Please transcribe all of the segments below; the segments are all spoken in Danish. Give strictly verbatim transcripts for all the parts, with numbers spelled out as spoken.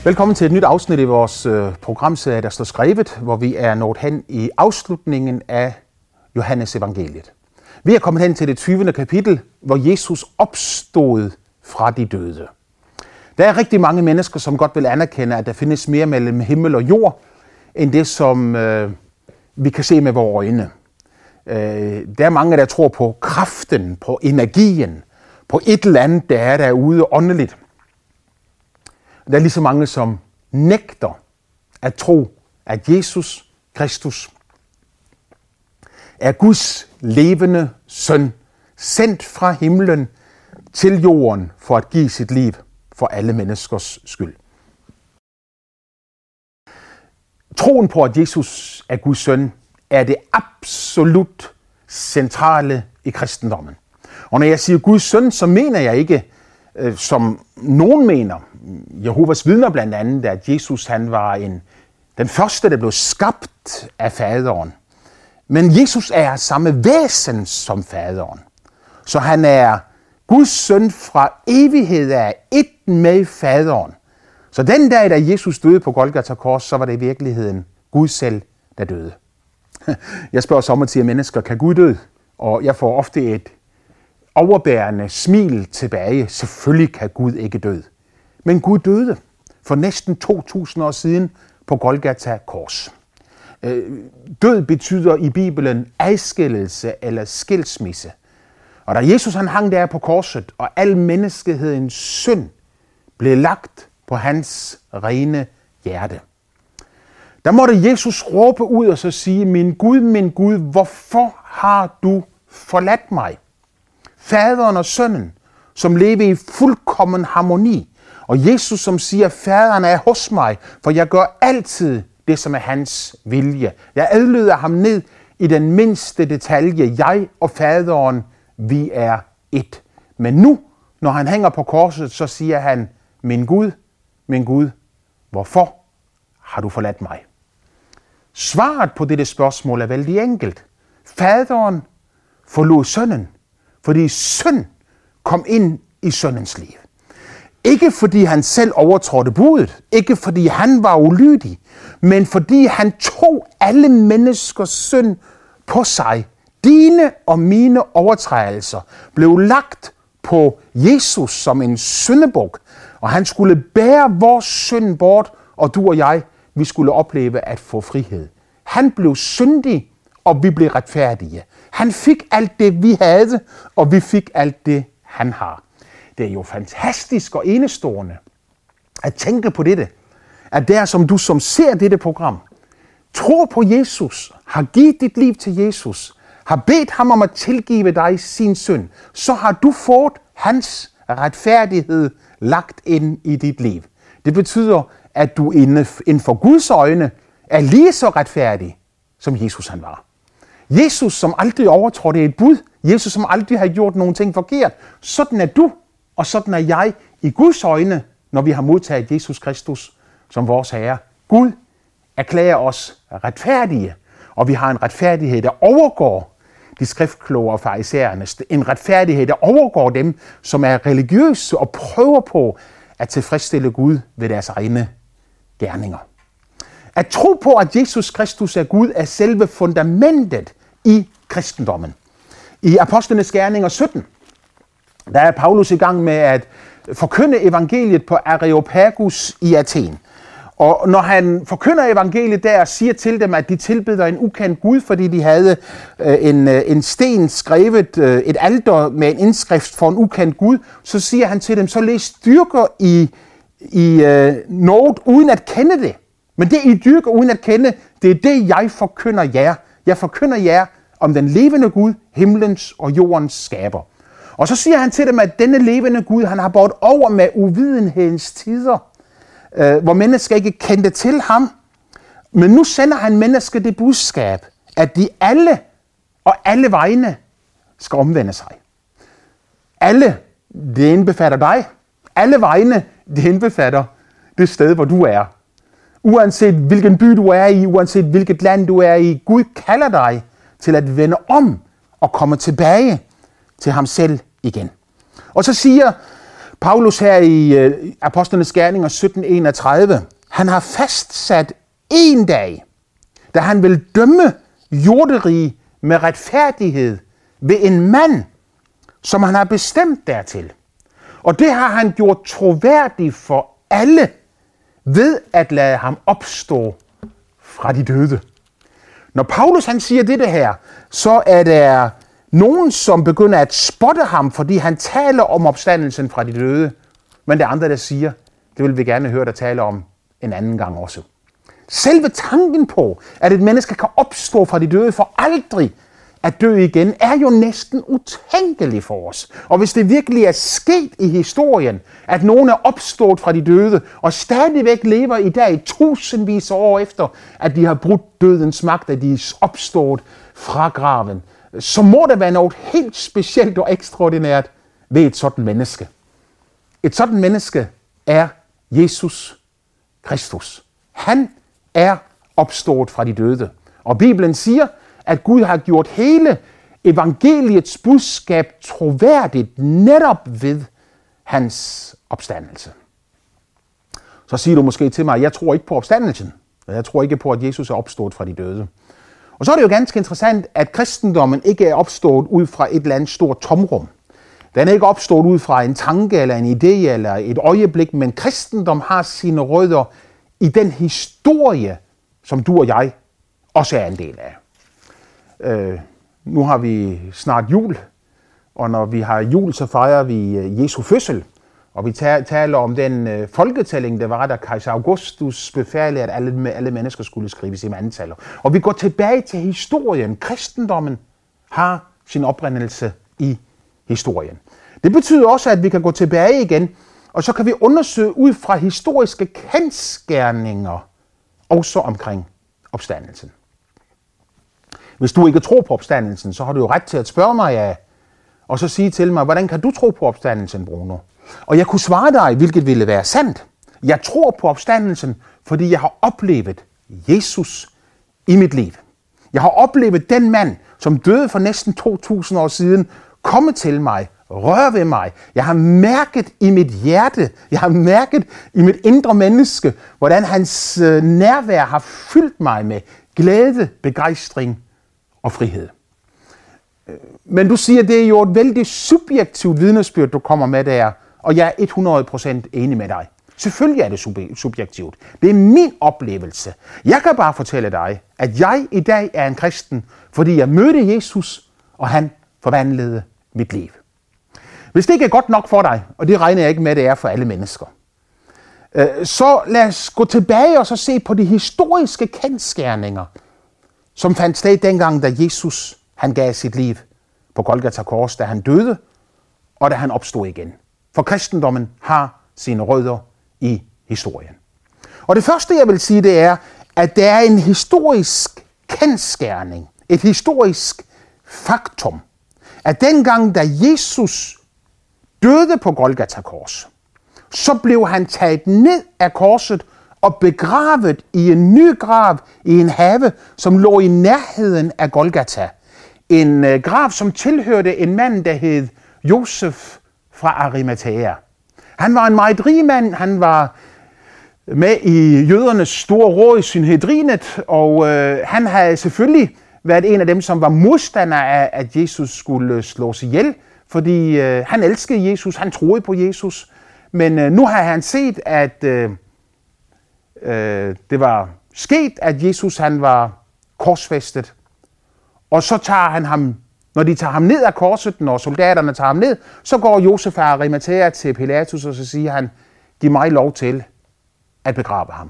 Velkommen til et nyt afsnit i vores øh, programserie, der står skrevet, hvor vi er nået hen i afslutningen af Johannes evangeliet. Vi er kommet hen til det tyvende kapitel, hvor Jesus opstod fra de døde. Der er rigtig mange mennesker, som godt vil anerkende, at der findes mere mellem himmel og jord, end det, som øh, vi kan se med vores øjne. Øh, der er mange, der tror på kraften, på energien, på et eller andet, der er derude åndeligt. Der er lige så mange, som nægter at tro, at Jesus Kristus er Guds levende søn, sendt fra himlen til jorden for at give sit liv for alle menneskers skyld. Troen på, at Jesus er Guds søn, er det absolut centrale i kristendommen. Og når jeg siger Guds søn, så mener jeg ikke, som nogen mener, Jehovas vidner blandt andet, at Jesus han var en, den første, der blev skabt af faderen. Men Jesus er samme væsen som faderen. Så han er Guds søn fra evighed af, et med faderen. Så den dag, da Jesus døde på Golgata Kors, så var det i virkeligheden Gud selv, der døde. Jeg spørger sommetider mennesker, kan Gud dø? Og jeg får ofte et overbærende smil tilbage. Selvfølgelig kan Gud ikke dø. Men Gud døde for næsten to tusind år siden på Golgata Kors. Død betyder i Bibelen adskillelse eller skilsmisse. Og da Jesus han hang der på korset, og al menneskehedens synd blev lagt på hans rene hjerte, der måtte Jesus råbe ud og så sige, min Gud, min Gud, hvorfor har du forladt mig? Faderen og sønnen, som lever i fuldkommen harmoni. Og Jesus, som siger, faderen er hos mig, for jeg gør altid det, som er hans vilje. Jeg adlyder ham ned i den mindste detalje. Jeg og faderen, vi er et. Men nu, når han hænger på korset, så siger han, min Gud, min Gud, hvorfor har du forladt mig? Svaret på dette spørgsmål er vældig enkelt. Faderen forlod sønnen, fordi synd kom ind i sønnens liv. Ikke fordi han selv overtrådte budet, ikke fordi han var ulydig, men fordi han tog alle menneskers synd på sig. Dine og mine overtrædelser blev lagt på Jesus som en syndebuk, og han skulle bære vores synd bort, og du og jeg, vi skulle opleve at få frihed. Han blev syndig, og vi blev retfærdige. Han fik alt det, vi havde, og vi fik alt det, han har. Det er jo fantastisk og enestående at tænke på dette. At der, som du som ser dette program, tror på Jesus, har givet dit liv til Jesus, har bedt ham om at tilgive dig sin synd, så har du fået hans retfærdighed lagt ind i dit liv. Det betyder, at du inden for Guds øjne er lige så retfærdig, som Jesus han var. Jesus, som aldrig overtrådte et bud, Jesus, som aldrig har gjort nogen ting forkert, sådan er du, og sådan er jeg i Guds øjne, når vi har modtaget Jesus Kristus som vores Herre. Gud erklærer os retfærdige, og vi har en retfærdighed, der overgår de skriftkloge og farisæerne. En retfærdighed, der overgår dem, som er religiøse og prøver på at tilfredsstille Gud ved deres egne gerninger. At tro på, at Jesus Kristus er Gud, er selve fundamentet i kristendommen. I Apostlenes Gerninger sytten, der er Paulus i gang med at forkynde evangeliet på Areopagus i Athen. Og når han forkynder evangeliet der og siger til dem, at de tilbeder en ukendt Gud, fordi de havde en, en sten skrevet, et alter med en indskrift for en ukendt Gud, så siger han til dem, så læs dyrker I, I noget uden at kende det. Men det I dyrker uden at kende, det er det jeg forkynder jer. Jeg forkynder jer om den levende Gud, himlens og jordens skaber. Og så siger han til dem, at denne levende Gud, han har båret over med uvidenhedens tider, øh, hvor mennesker ikke kendte til ham. Men nu sender han mennesker det budskab, at de alle og alle vegne skal omvende sig. Alle, det indbefatter dig. Alle vegne, det indbefatter det sted, hvor du er. Uanset hvilken by du er i, uanset hvilket land du er i, Gud kalder dig til at vende om og komme tilbage til ham selv igen. Og så siger Paulus her i uh, Apostlenes Gerninger sytten enogtredive, han har fastsat en dag, da han vil dømme jorderige med retfærdighed ved en mand, som han har bestemt dertil. Og det har han gjort troværdigt for alle ved at lade ham opstå fra de døde. Når Paulus han siger dette her, så er der nogen, som begynder at spotte ham, fordi han taler om opstandelsen fra de døde. Men der er andre, der siger, det vil vi gerne høre dig tale om en anden gang også. Selve tanken på, at et menneske kan opstå fra de døde for aldrig at dø igen, er jo næsten utænkelig for os. Og hvis det virkelig er sket i historien, at nogen er opstået fra de døde, og stadigvæk lever i dag tusindvis af år efter, at de har brudt dødens magt, at de er opstået fra graven, så må der være noget helt specielt og ekstraordinært ved et sådan menneske. Et sådan menneske er Jesus Kristus. Han er opstået fra de døde. Og Bibelen siger, at Gud har gjort hele evangeliets budskab troværdigt netop ved hans opstandelse. Så siger du måske til mig, at jeg tror ikke på opstandelsen. Jeg tror ikke på, at Jesus er opstået fra de døde. Og så er det jo ganske interessant, at kristendommen ikke er opstået ud fra et eller andet stort tomrum. Den er ikke opstået ud fra en tanke eller en idé eller et øjeblik, men kristendom har sine rødder i den historie, som du og jeg også er en del af. Øh, nu har vi snart jul, og når vi har jul, så fejrer vi Jesu fødsel. Og vi taler om den øh, folketælling, der var, da kejser Augustus befalede, at alle, alle mennesker skulle skrives i mandtaler. Og vi går tilbage til historien. Kristendommen har sin oprindelse i historien. Det betyder også, at vi kan gå tilbage igen, og så kan vi undersøge ud fra historiske kendsgerninger, også omkring opstandelsen. Hvis du ikke tror på opstandelsen, så har du jo ret til at spørge mig af, og så sige til mig, hvordan kan du tro på opstandelsen, Bruno? Og jeg kunne svare dig, hvilket ville være sandt. Jeg tror på opstandelsen, fordi jeg har oplevet Jesus i mit liv. Jeg har oplevet den mand, som døde for næsten to tusind år siden, komme til mig, røre ved mig. Jeg har mærket i mit hjerte, jeg har mærket i mit indre menneske, hvordan hans nærvær har fyldt mig med glæde, begejstring og frihed. Men du siger, det er jo et vældig subjektivt vidnesbyrd, du kommer med der, og jeg er hundrede procent enig med dig. Selvfølgelig er det sub- subjektivt. Det er min oplevelse. Jeg kan bare fortælle dig, at jeg i dag er en kristen, fordi jeg mødte Jesus, og han forvandlede mit liv. Hvis det ikke er godt nok for dig, og det regner jeg ikke med, at det er for alle mennesker, så lad os gå tilbage og så se på de historiske kendsgerninger, som fandt sted dengang, da Jesus han gav sit liv på Golgata Kors, da han døde, og da han opstod igen. For kristendommen har sine rødder i historien. Og det første, jeg vil sige, det er, at der er en historisk kendsgerning, et historisk faktum, at dengang, da Jesus døde på Golgata Kors, så blev han taget ned af korset og begravet i en ny grav i en have, som lå i nærheden af Golgata. En øh, grav, som tilhørte en mand, der hed Josef fra Arimathea. Han var en meget rig mand. Han var med i jødernes store råd i Synhedrinet, og øh, han havde selvfølgelig været en af dem, som var modstander af, at Jesus skulle slås ihjel, fordi øh, han elskede Jesus, han troede på Jesus, men øh, nu har han set, at øh, øh, det var sket, at Jesus han var korsfæstet, og så tager han ham, når de tager ham ned af korset, når soldaterne tager ham ned, så går Josef af Arimathea til Pilatus, og så siger han, giv mig lov til at begrave ham.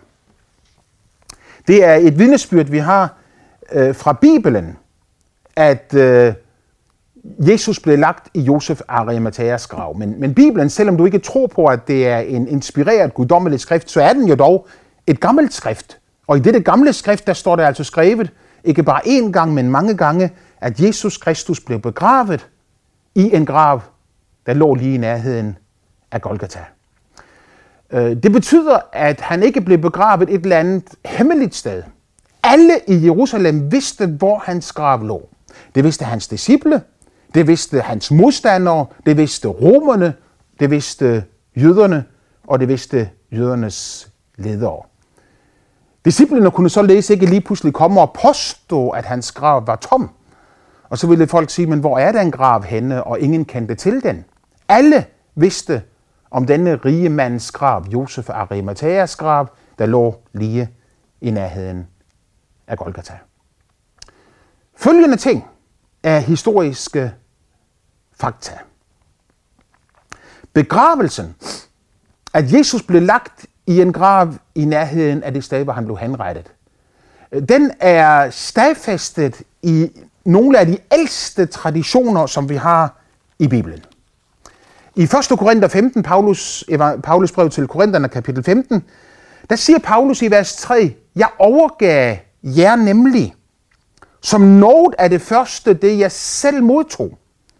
Det er et vidnesbyrd, vi har øh, fra Bibelen, at øh, Jesus blev lagt i Josef af Arimatheas grav. Men, men Bibelen, selvom du ikke tror på, at det er en inspireret guddommelig skrift, så er den jo dog et gammelt skrift. Og i dette gamle skrift, der står der altså skrevet, ikke bare én gang, men mange gange, at Jesus Kristus blev begravet i en grav, der lå lige i nærheden af Golgata. Det betyder, at han ikke blev begravet et eller andet hemmeligt sted. Alle i Jerusalem vidste, hvor hans grav lå. Det vidste hans disciple, det vidste hans modstandere, det vidste romerne, det vidste jøderne, og det vidste jødernes ledere. Disciplene kunne således ikke lige pludselig komme og påstå, at hans grav var tom. Og så ville folk sige, men hvor er den grav henne, og ingen kendte til den. Alle vidste om denne rige mands grav, Josef af Arimatheas grav, der lå lige i nærheden af Golgata. Følgende ting er historiske fakta. Begravelsen, at Jesus blev lagt i en grav i nærheden af det sted, hvor han blev henrettet, den er stadfæstet i nogle af de ældste traditioner, som vi har i Bibelen. I første Korinther femten, Paulus, Paulus brev til Korintherne, kapitel femten, der siger Paulus i vers tre, jeg overgav jer nemlig som noget af det første, det jeg selv modtog.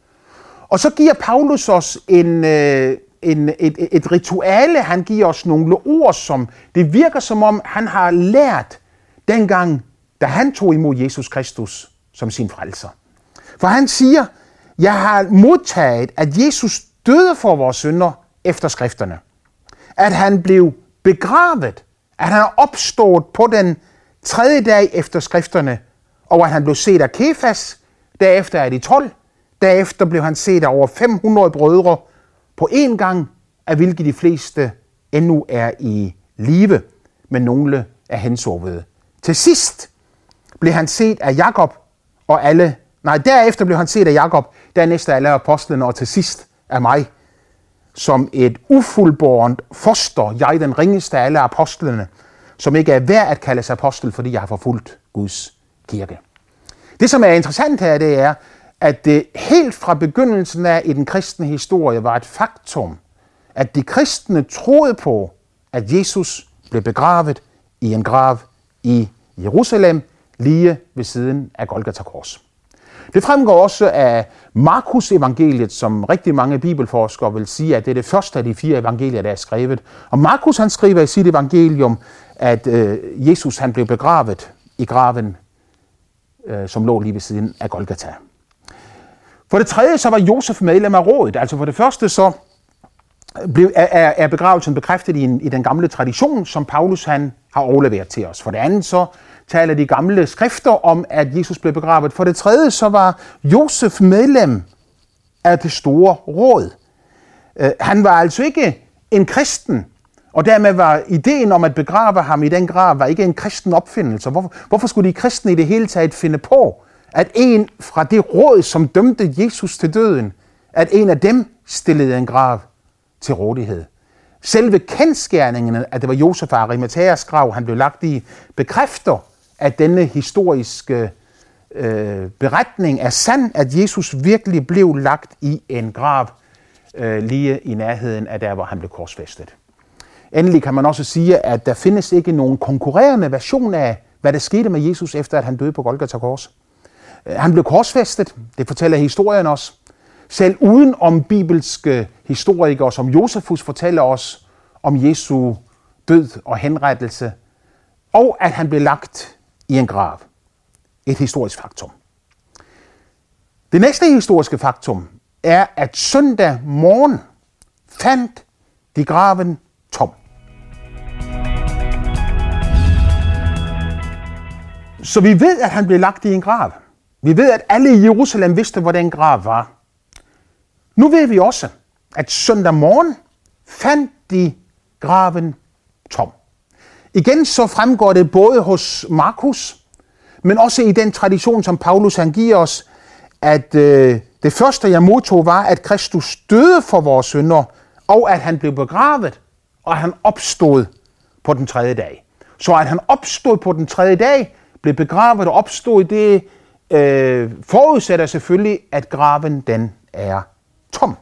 Og så giver Paulus os en, en, et, et rituale, han giver os nogle ord, som det virker som om, han har lært dengang, da han tog imod Jesus Kristus som sin frelser. For han siger, jeg har modtaget, at Jesus døde for vores synder efter skrifterne. At han blev begravet, at han er opstået på den tredje dag efter skrifterne, og at han blev set af Kefas, derefter af de tolv, derefter blev han set af over fem hundrede brødre på én gang, af hvilke de fleste endnu er i live, men nogle er hensovede. Til sidst blev han set af Jakob og alle, nej, derefter blev han set af Jakob, dernæst af alle apostlene, og til sidst af mig, som et ufuldbårent foster, jeg den ringeste af alle apostlene, som ikke er værd at kaldes apostel, fordi jeg har forfulgt Guds kirke. Det, som er interessant her, det er, at det helt fra begyndelsen af i den kristne historie var et faktum, at de kristne troede på, at Jesus blev begravet i en grav i Jerusalem, lige ved siden af Golgata Kors. Det fremgår også af Markus evangeliet, som rigtig mange bibelforskere vil sige, at det er det første af de fire evangelier, der er skrevet. Og Markus han skriver i sit evangelium, at øh, Jesus han blev begravet i graven, øh, som lå lige ved siden af Golgata. For det tredje så var Josef medlem af rådet. Altså for det første så blev, er, er begravelsen bekræftet i, en, i den gamle tradition, som Paulus han har overleveret til os. For det andet så taler de gamle skrifter om, at Jesus blev begravet. For det tredje så var Josef medlem af det store råd. Han var altså ikke en kristen, og dermed var ideen om at begrave ham i den grav var ikke en kristen opfindelse. Hvorfor, hvorfor skulle de kristne i det hele taget finde på, at en fra det råd, som dømte Jesus til døden, at en af dem stillede en grav til rådighed? Selve kendskærningen, at det var Josef af Arimatheas grav, han blev lagt i, bekræfter, at denne historiske øh, beretning er sand, at Jesus virkelig blev lagt i en grav øh, lige i nærheden af der, hvor han blev korsfæstet. Endelig kan man også sige, at der findes ikke nogen konkurrerende version af, hvad der skete med Jesus, efter at han døde på Golgata Kors. Han blev korsfæstet, det fortæller historien også. Selv uden om bibelske historikere som Josefus fortæller os om Jesu død og henrettelse, og at han blev lagt i en grav. Et historisk faktum. Det næste historiske faktum er, at søndag morgen fandt de graven tom. Så vi ved, at han blev lagt i en grav. Vi ved, at alle i Jerusalem vidste, hvor den grav var. Nu ved vi også, at søndag morgen fandt de graven tom. Igen så fremgår det både hos Markus, men også i den tradition, som Paulus han giver os, at øh, det første, jeg modtog, var, at Kristus døde for vores synder, og at han blev begravet, og at han opstod på den tredje dag. Så at han opstod på den tredje dag, blev begravet og opstod, det øh, forudsætter selvfølgelig, at graven den er tom.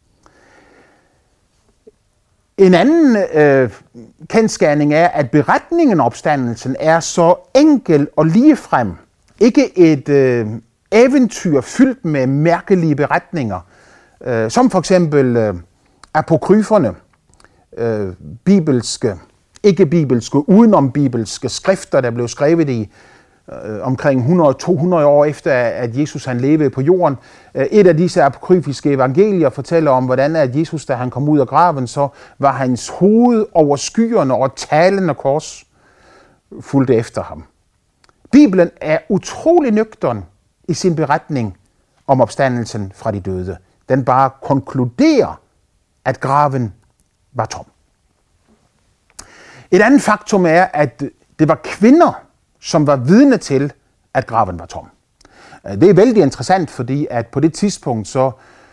En anden øh, kendsgerning er, at beretningen om opstandelsen er så enkel og ligefrem. Ikke et øh, eventyr fyldt med mærkelige beretninger, øh, som for eksempel øh, apokryferne, øh, bibelske, ikke-bibelske, udenom-bibelske skrifter, der blev skrevet i øh, omkring hundrede til to hundrede år efter, at Jesus han levede på jorden. Et af disse apokryfiske evangelier fortæller om, hvordan at Jesus, da han kom ud af graven, så var hans hoved over skyerne og talende kors fulgte efter ham. Bibelen er utrolig nøgtern i sin beretning om opstandelsen fra de døde. Den bare konkluderer, at graven var tom. Et andet faktum er, at det var kvinder, som var vidne til, at graven var tom. Det er vældig interessant, fordi at på det tidspunkt så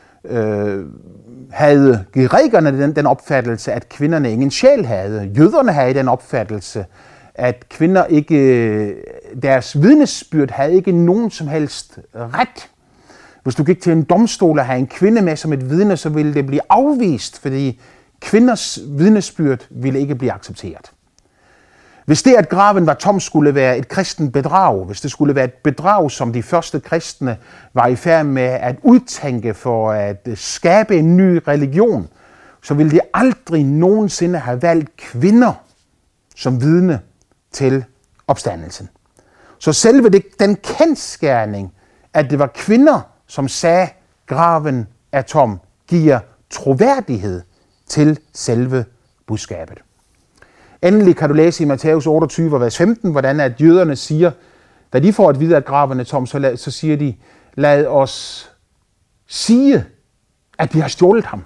øh, havde grækerne den, den opfattelse, at kvinderne ingen sjæl havde. Jøderne havde den opfattelse, at kvinder ikke, deres vidnesbyrd havde ikke nogen som helst ret. Hvis du gik til en domstol og havde en kvinde med som et vidne, så ville det blive afvist, fordi kvinders vidnesbyrd ville ikke blive accepteret. Hvis det, at graven var tom, skulle være et kristent bedrag, hvis det skulle være et bedrag, som de første kristne var i færd med at udtænke for at skabe en ny religion, så ville de aldrig nogensinde have valgt kvinder som vidne til opstandelsen. Så selve det, den kendsgerning, at det var kvinder, som sagde, graven er tom, giver troværdighed til selve budskabet. Endelig kan du læse i Matthæus otteogtyve, vers femten, hvordan at jøderne siger, da de får at vide, at graven er tom, så, lad, så siger de, lad os sige, at vi har stjålet ham.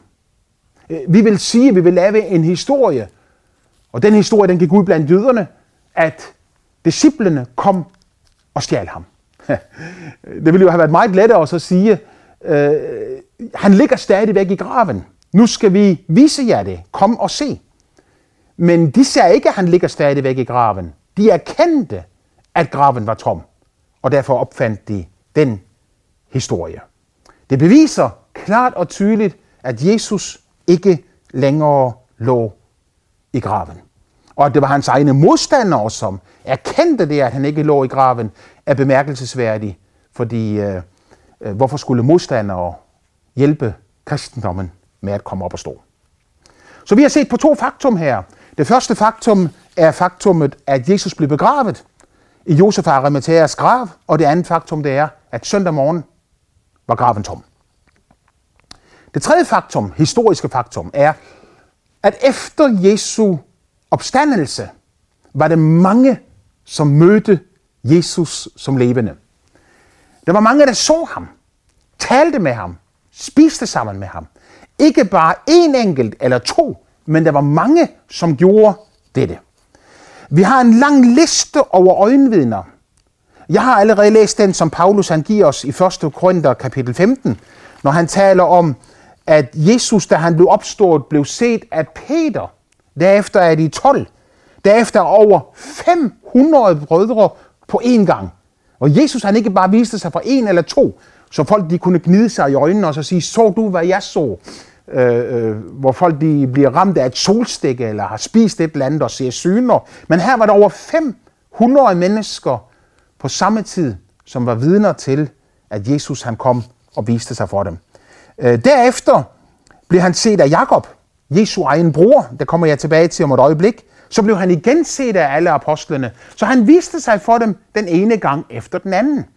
Vi vil sige, at vi vil lave en historie, og den historie, den gik ud blandt jøderne, at disciplene kom og stjal ham. Det ville jo have været meget lettere at så sige, øh, han ligger stadigvæk i graven. Nu skal vi vise jer det. Kom og se. Men de sagde ikke, at han ligger stadigvæk i graven. De erkendte, at graven var tom. Og derfor opfandt de den historie. Det beviser klart og tydeligt, at Jesus ikke længere lå i graven. Og at det var hans egne modstandere, som erkendte det, at han ikke lå i graven, er bemærkelsesværdigt. Fordi øh, hvorfor skulle modstandere hjælpe kristendommen med at komme op og stå? Så vi har set på to faktum her. Det første faktum er faktummet, at Jesus blev begravet i Josef af Arimatheas grav, og det andet faktum, det er, at søndag morgen var graven tom. Det tredje faktum, historiske faktum, er, at efter Jesu opstandelse var det mange, som mødte Jesus som levende. Der var mange, der så ham, talte med ham, spiste sammen med ham. Ikke bare en enkelt eller to, men der var mange, som gjorde dette. Vi har en lang liste over øjenvidner. Jeg har allerede læst den, som Paulus han giver os i første Korinther kapitel femten, når han taler om, at Jesus, da han blev opstået, blev set af Peter. Derefter er de tolv. Derefter over fem hundrede brødre på én gang. Og Jesus han ikke bare viste sig for en eller to, så folk de kunne gnide sig i øjnene og så sige, så du hvad jeg så? Øh, øh, hvor folk de bliver ramt af et solstikke eller har spist et eller andet og ser syner. Men her var der over fem hundrede mennesker på samme tid, som var vidner til, at Jesus han kom og viste sig for dem. Øh, derefter blev han set af Jakob, Jesu egen bror, der kommer jeg tilbage til om et øjeblik. Så blev han igen set af alle apostlene, så han viste sig for dem den ene gang efter den anden.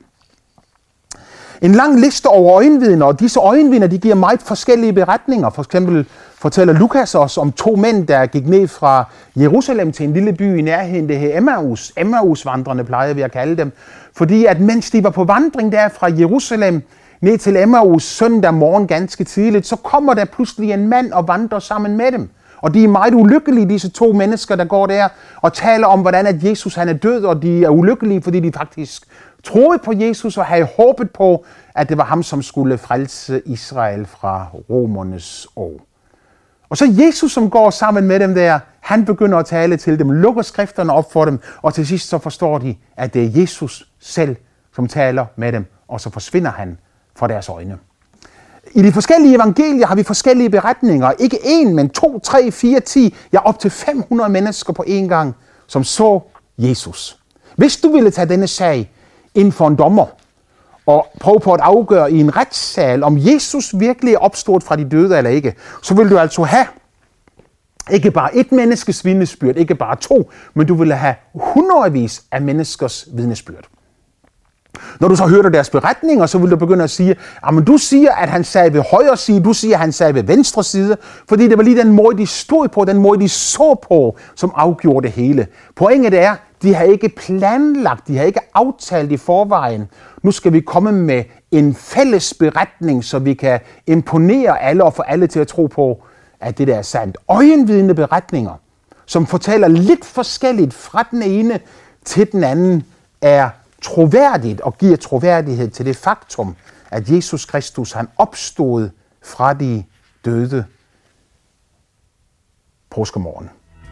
En lang liste over øjenvidner, og disse øjenvidner de giver meget forskellige beretninger. For eksempel fortæller Lukas os om to mænd, der gik ned fra Jerusalem til en lille by i nærheden, det her Emmaus. Emmaus-vandrene plejer vi at kalde dem. Fordi at mens de var på vandring der fra Jerusalem ned til Emmaus søndag morgen ganske tidligt, så kommer der pludselig en mand og vandrer sammen med dem. Og de er meget ulykkelige, disse to mennesker, der går der og taler om, hvordan at Jesus han er død, og de er ulykkelige, fordi de faktisk troede på Jesus og havde håbet på, at det var ham, som skulle frelse Israel fra romernes år. Og så Jesus, som går sammen med dem der, han begynder at tale til dem, lukker skrifterne op for dem, og til sidst så forstår de, at det er Jesus selv, som taler med dem, og så forsvinder han fra deres øjne. I de forskellige evangelier har vi forskellige beretninger. Ikke en, men to, tre, fire, ti, ja op til fem hundrede mennesker på én gang, som så Jesus. Hvis du ville tage denne sag ind for en dommer, og prøve på at afgøre i en retssal, om Jesus virkelig er opstået fra de døde eller ikke, så vil du altså have ikke bare et menneskes vidnesbyrd, ikke bare to, men du vil have hundredvis af menneskers vidnesbyrd. Når du så hørte deres beretninger, så vil du begynde at sige, at du siger, at han sad ved højre side, du siger, at han sad ved venstre side, fordi det var lige den måde, de stod på, den måde, de så på, som afgjorde det hele. Pointet er, de har ikke planlagt, de har ikke aftalt i forvejen. Nu skal vi komme med en fælles beretning, så vi kan imponere alle og få alle til at tro på, at det der er sandt. Øjenvidende beretninger, som fortæller lidt forskelligt fra den ene til den anden, er troværdigt og giver troværdighed til det faktum, at Jesus Kristus han opstod fra de døde påskemorgen.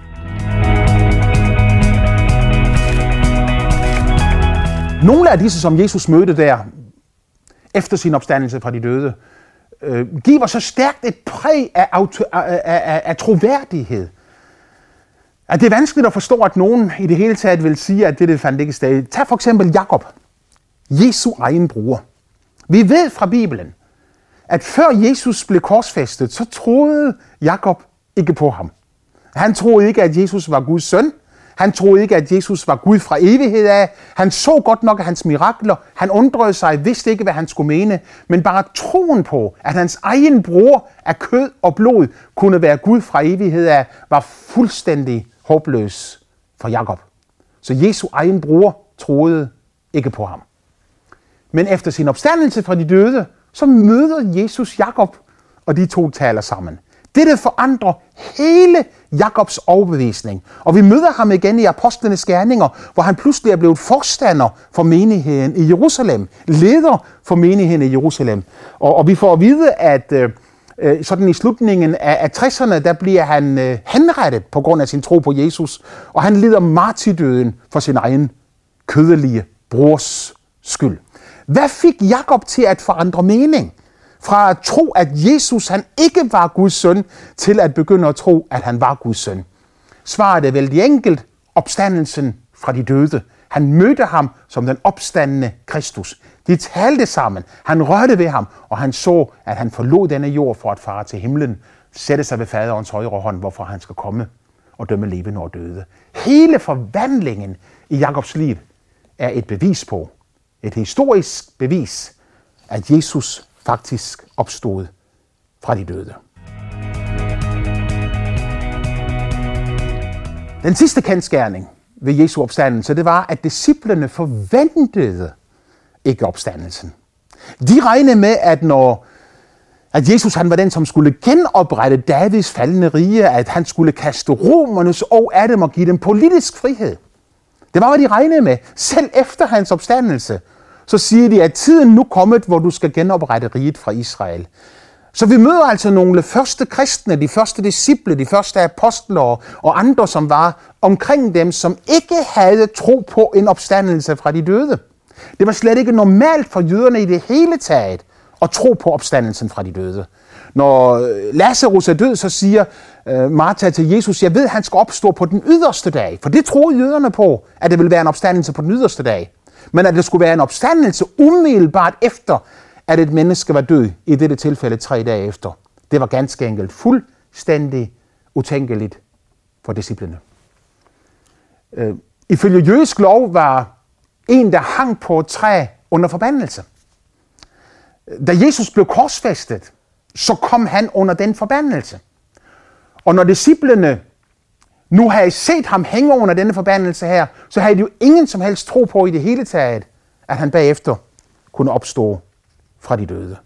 Nogle af disse, som Jesus mødte der efter sin opstandelse fra de døde, øh, giver så stærkt et præg af, auto, af, af, af troværdighed, at det er vanskeligt at forstå, at nogen i det hele taget vil sige, at det, det fandt ikke sted. Tag for eksempel Jakob, Jesu egen bror. Vi ved fra Bibelen, at før Jesus blev korsfæstet, så troede Jakob ikke på ham. Han troede ikke, at Jesus var Guds søn. Han troede ikke, at Jesus var Gud fra evighed af. Han så godt nok hans mirakler. Han undrede sig, vidste ikke, hvad han skulle mene. Men bare troen på, at hans egen bror af kød og blod kunne være Gud fra evighed af, var fuldstændig håbløs for Jakob. Så Jesu egen bror troede ikke på ham. Men efter sin opstandelse fra de døde, så møder Jesus Jakob, og de to taler sammen. Dette forandrer hele Jakobs overbevisning. Og vi møder ham igen i Apostlenes Gerninger, hvor han pludselig er blevet forstander for menigheden i Jerusalem. Leder for menigheden i Jerusalem. Og, og vi får at vide, at øh, sådan i slutningen af, af tresserne, der bliver han øh, henrettet på grund af sin tro på Jesus. Og han lider martyrdøden for sin egen kødelige brors skyld. Hvad fik Jakob til at forandre mening? Fra at tro, at Jesus han ikke var Guds søn, til at begynde at tro, at han var Guds søn. Svaret er vældig enkelt: opstandelsen fra de døde. Han mødte ham som den opstandende Kristus. De talte sammen, han rørte ved ham, og han så, at han forlod denne jord for at fare til himlen, sætte sig ved faderens højre hånd, hvorfor han skal komme og dømme levende og døde. Hele forvandlingen i Jakobs liv er et bevis på, et historisk bevis, at Jesus faktisk opstod fra de døde. Den sidste kendsgerning ved Jesu opstandelse, det var, at disciplene forventede ikke opstandelsen. De regnede med, at når at Jesus han var den, som skulle genoprette Davids faldne rige, at han skulle kaste romernes og af dem og give dem politisk frihed. Det var, hvad de regnede med. Selv efter hans opstandelse, så siger de, at tiden nu kommet, hvor du skal genoprette riget fra Israel. Så vi møder altså nogle første kristne, de første disciple, de første apostler og andre, som var omkring dem, som ikke havde tro på en opstandelse fra de døde. Det var slet ikke normalt for jøderne i det hele taget at tro på opstandelsen fra de døde. Når Lazarus er død, så siger uh, Martha til Jesus, jeg ved, at han skal opstå på den yderste dag. For det troede jøderne på, at det ville være en opstandelse på den yderste dag. Men at det skulle være en opstandelse umiddelbart efter, at et menneske var død, i dette tilfælde tre dage efter. Det var ganske enkelt fuldstændig utænkeligt for disciplene. Uh, ifølge jødisk lov var en, der hang på et træ under forbandelse. Da Jesus blev korsfæstet, så kom han under den forbandelse. Og når disciplene nu havde set ham hænge under denne forbandelse her, så havde de jo ingen som helst tro på i det hele taget, at han bagefter kunne opstå fra de døde.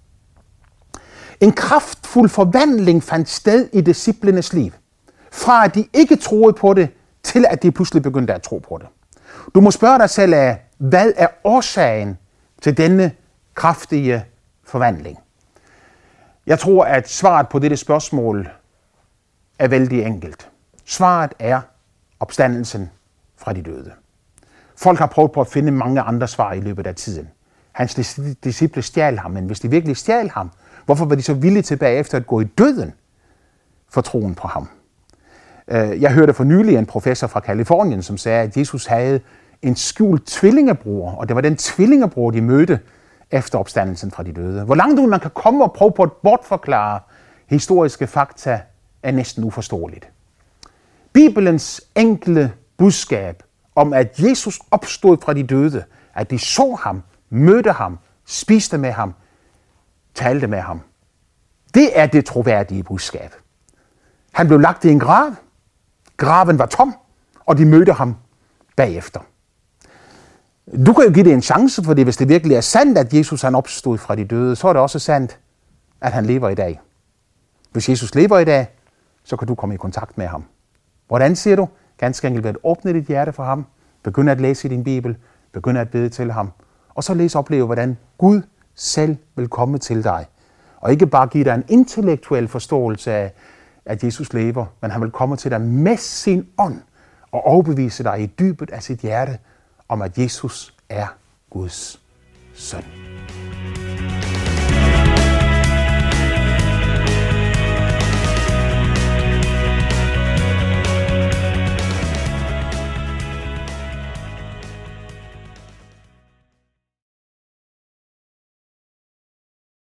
En kraftfuld forvandling fandt sted i disciplenes liv. Fra at de ikke troede på det, til at de pludselig begyndte at tro på det. Du må spørge dig selv af, hvad er årsagen til denne kraftige forvandling? Jeg tror, at svaret på dette spørgsmål er vældig enkelt. Svaret er opstandelsen fra de døde. Folk har prøvet på at finde mange andre svar i løbet af tiden. Hans disciple stjal ham, men hvis de virkelig stjal ham, hvorfor var de så villige til bagefter at gå i døden for troen på ham? Jeg hørte for nylig en professor fra Kalifornien, som sagde, at Jesus havde en skjult tvillingebror, og det var den tvillingebror, de mødte efter opstandelsen fra de døde. Hvor langt ud man kan komme og prøve på at bortforklare historiske fakta, er næsten uforståeligt. Bibelens enkle budskab om, at Jesus opstod fra de døde, at de så ham, mødte ham, spiste med ham, talte med ham. Det er det troværdige budskab. Han blev lagt i en grav. Graven var tom, og de mødte ham bagefter. Du kan jo give det en chance, fordi hvis det virkelig er sandt, at Jesus han opstod fra de døde, så er det også sandt, at han lever i dag. Hvis Jesus lever i dag, så kan du komme i kontakt med ham. Hvordan siger du? Ganske enkelt ved at åbne dit hjerte for ham, begynde at læse i din Bibel, begynde at bede til ham, og så læse og opleve, hvordan Gud selv vil komme til dig. Og ikke bare give dig en intellektuel forståelse af, at Jesus lever, men han vil komme til dig med sin ånd og overbevise dig i dybet af sit hjerte om, at Jesus er Guds søn.